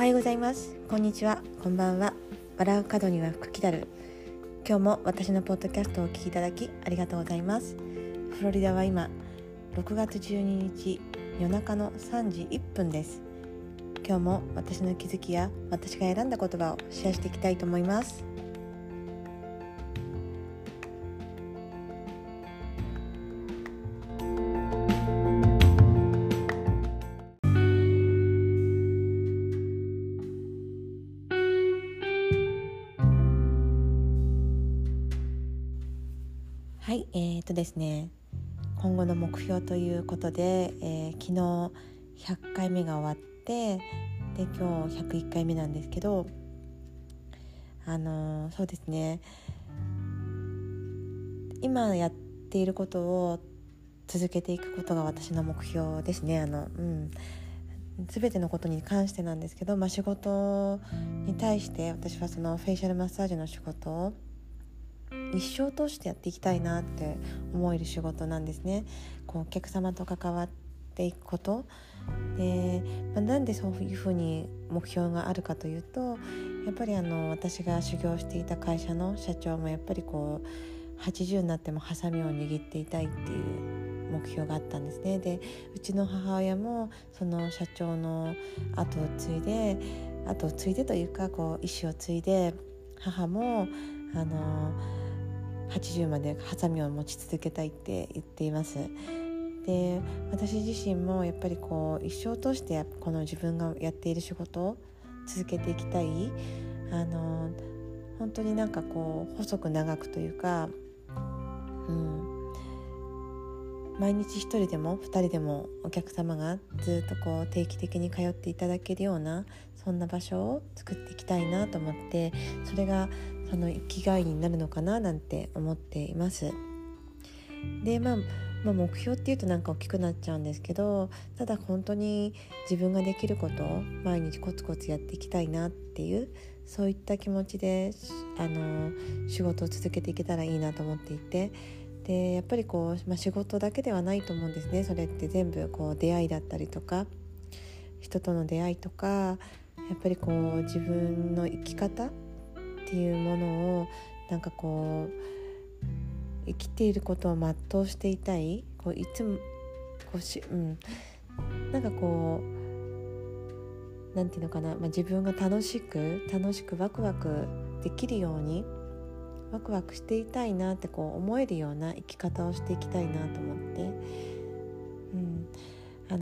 はようございます。こんにちは。こんばんは。笑う角には福来たる。今日も私のポッドキャストをお聞きいただきありがとうございます。フロリダは今6月12日夜中の3時1分です。今日も私の気づきや私が選んだ言葉をシェアしていきたいと思います。はい、ですね、今後の目標ということで、昨日100回目が終わってで今日101回目なんですけど、そうですね、今やっていることを続けていくことが私の目標ですね。全てのことに関してなんですけど、仕事に対して私はそのフェイシャルマッサージの仕事を一生通してやっていきたいなって思える仕事なんですね。お客様と関わっていくことで、なんでそういうふうに目標があるかというと、やっぱり私が修行していた会社の社長もやっぱり80になってもハサミを握っていたいっていう目標があったんですね。で、うちの母親もその社長の後を継いでというか意思を継いで、母も80までハサミを持ち続けたいって言っています。で、私自身もやっぱり一生通してこの自分がやっている仕事を続けていきたい。本当に細く長くというか、毎日一人でも二人でもお客様がずっと定期的に通っていただけるような、そんな場所を作っていきたいなと思って、それがその生きがいになるのかななんて思っています。で、目標っていうと大きくなっちゃうんですけど、ただ本当に自分ができることを毎日コツコツやっていきたいなっていう、そういった気持ちで仕事を続けていけたらいいなと思っていて、でやっぱり仕事だけではないと思うんですね。それって全部出会いだったりとか、人との出会いとか、やっぱり自分の生き方っていうものを生きていることを全うしていたい。いつもなんていうのかな、自分が楽しくワクワクできるように、ワクワクしていたいなって思えるような生き方をしていきたいなと思って、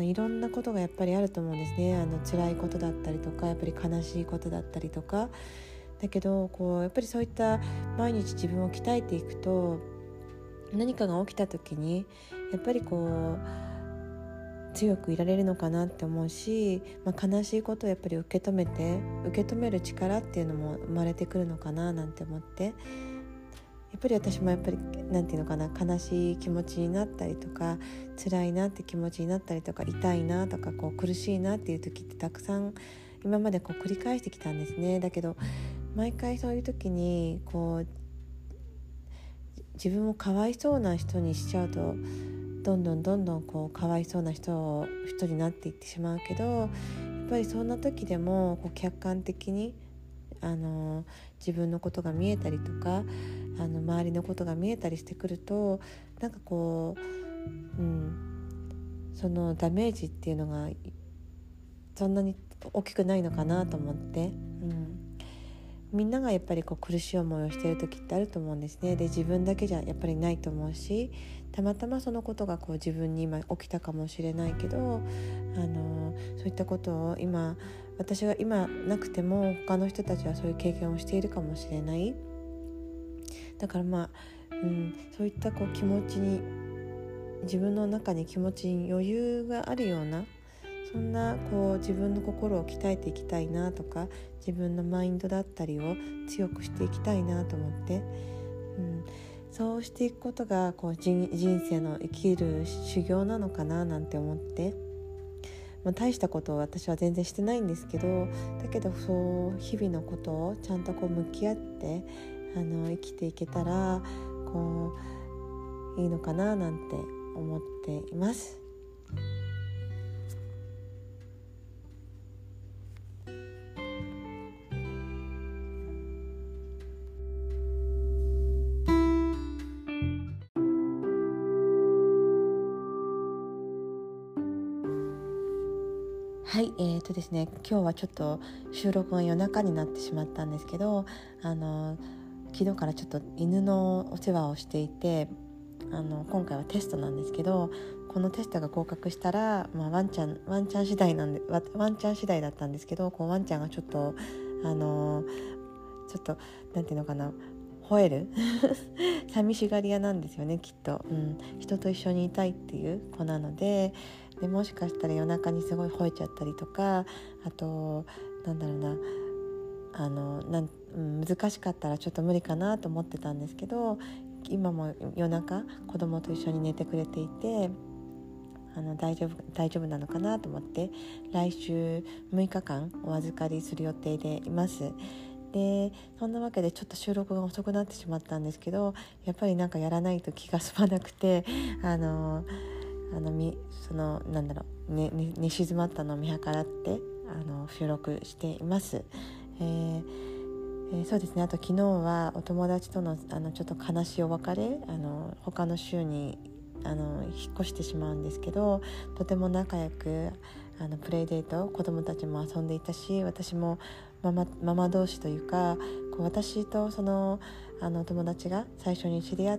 いろんなことがやっぱりあると思うんですね。辛いことだったりとか、やっぱり悲しいことだったりとか、だけどやっぱりそういった毎日自分を鍛えていくと、何かが起きた時にやっぱり強くいられるのかなって思うし、悲しいことをやっぱり受け止める力っていうのも生まれてくるのかななんて思って、やっぱり私もやっぱりなんていうのかな、悲しい気持ちになったりとか、辛いなって気持ちになったりとか、痛いなとか苦しいなっていう時ってたくさん今まで繰り返してきたんですね。だけど毎回そういう時に自分をかわいそうな人にしちゃうと、どんどんかわいそうな人になっていってしまうけど、やっぱりそんな時でも客観的に自分のことが見えたりとか、周りのことが見えたりしてくると、そのダメージっていうのがそんなに大きくないのかなと思って、みんながやっぱり苦しい思いをしている時ってあると思うんですね。で、自分だけじゃやっぱりないと思うし、たまたまそのことが自分に今起きたかもしれないけど、そういったことを私が今なくても他の人たちはそういう経験をしているかもしれない。だからそういった気持ちに、自分の中に気持ちに余裕があるような、そんな自分の心を鍛えていきたいなとか、自分のマインドだったりを強くしていきたいなと思って、そうしていくことが人生の生きる修行なのかななんて思って、大したことを私は全然してないんですけど、だけどそう日々のことをちゃんと向き合って生きていけたらいいのかななんて思っています。 はい、ですね、今日はちょっと収録が夜中になってしまったんですけど、昨日からちょっと犬のお世話をしていて、今回はテストなんですけど、このテストが合格したら、ワンちゃん次第だったんですけど、ワンちゃんがちょっとなんていうのかな、吠える寂しがり屋なんですよね、きっと、人と一緒にいたいっていう子なので、もしかしたら夜中にすごい吠えちゃったりとか、あと難しかったらちょっと無理かなと思ってたんですけど、今も夜中子供と一緒に寝てくれていて、大丈夫なのかなと思って、来週6日間お預かりする予定でいます。でそんなわけでちょっと収録が遅くなってしまったんですけど、やっぱりやらないと気が済まなくて、寝静まったのを見計らって収録しています。そうですね。あと昨日はお友達とのちょっと悲しいお別れ、他の州に引っ越してしまうんですけど、とても仲良くプレイデート、子供たちも遊んでいたし、私もママ同士というか、私とその友達が最初に知り合って、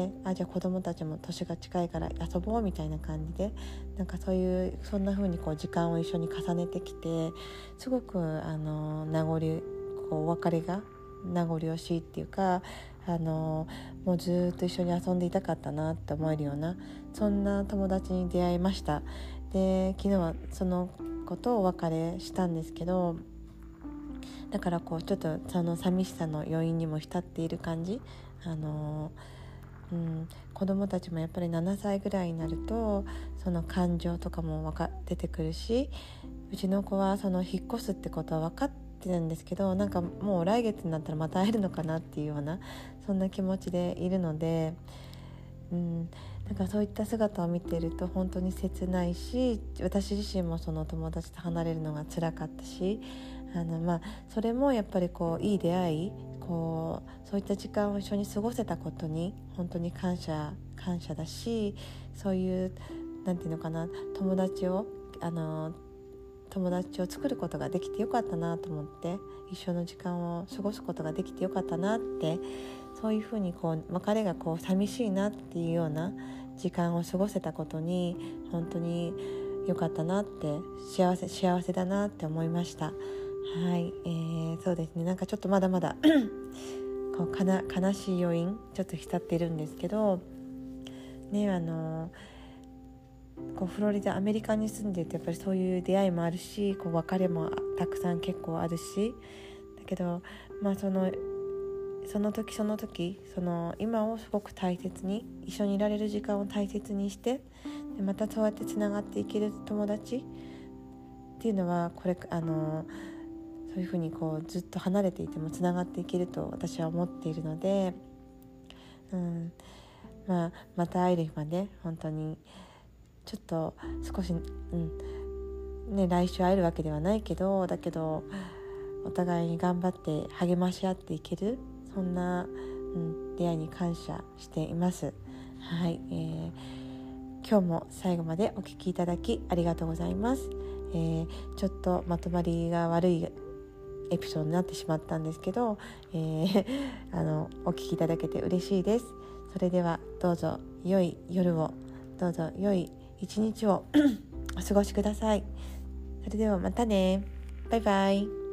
じゃあ子供たちも年が近いから遊ぼうみたいな感じで、そんな風に時間を一緒に重ねてきて、すごくお別れが名残惜しいっていうか、もうずっと一緒に遊んでいたかったなって思えるような、そんな友達に出会いました。で昨日はその子とお別れしたんですけど、だからちょっとその寂しさの余韻にも浸っている感じ。子供たちもやっぱり7歳ぐらいになるとその感情とかも出てくるし、うちの子はその引っ越すってことは分かってるんですけど、もう来月になったらまた会えるのかなっていうような、そんな気持ちでいるので、そういった姿を見ていると本当に切ないし、私自身もその友達と離れるのが辛かったし、それもやっぱりいい出会い、そういった時間を一緒に過ごせたことに本当に感謝だし、そういうなんていうのかな、友達を作ることができてよかったなと思って、一緒の時間を過ごすことができてよかったなって、そういうふうに別れが寂しいなっていうような時間を過ごせたことに本当によかったなって、幸せだなって思いました。はい、そうですね。ちょっとまだまだ悲しい余韻ちょっと浸っているんですけどね、フロリダアメリカに住んでるとやっぱりそういう出会いもあるし、別れもたくさん結構あるし、だけどその時今をすごく大切に、一緒にいられる時間を大切にして、でまたそうやってつながっていける友達っていうのはそういうふうにずっと離れていてもつながっていけると私は思っているので、また会える日まで本当にちょっと少し、来週会えるわけではないけど、だけどお互いに頑張って励まし合っていける、そんな、出会いに感謝しています。はい、今日も最後までお聞きいただきありがとうございます。ちょっとまとまりが悪いエピソードになってしまったんですけど、お聞きいただけて嬉しいです。それではどうぞ良い夜を、どうぞ良い一日をお過ごしください。それではまたね。バイバイ。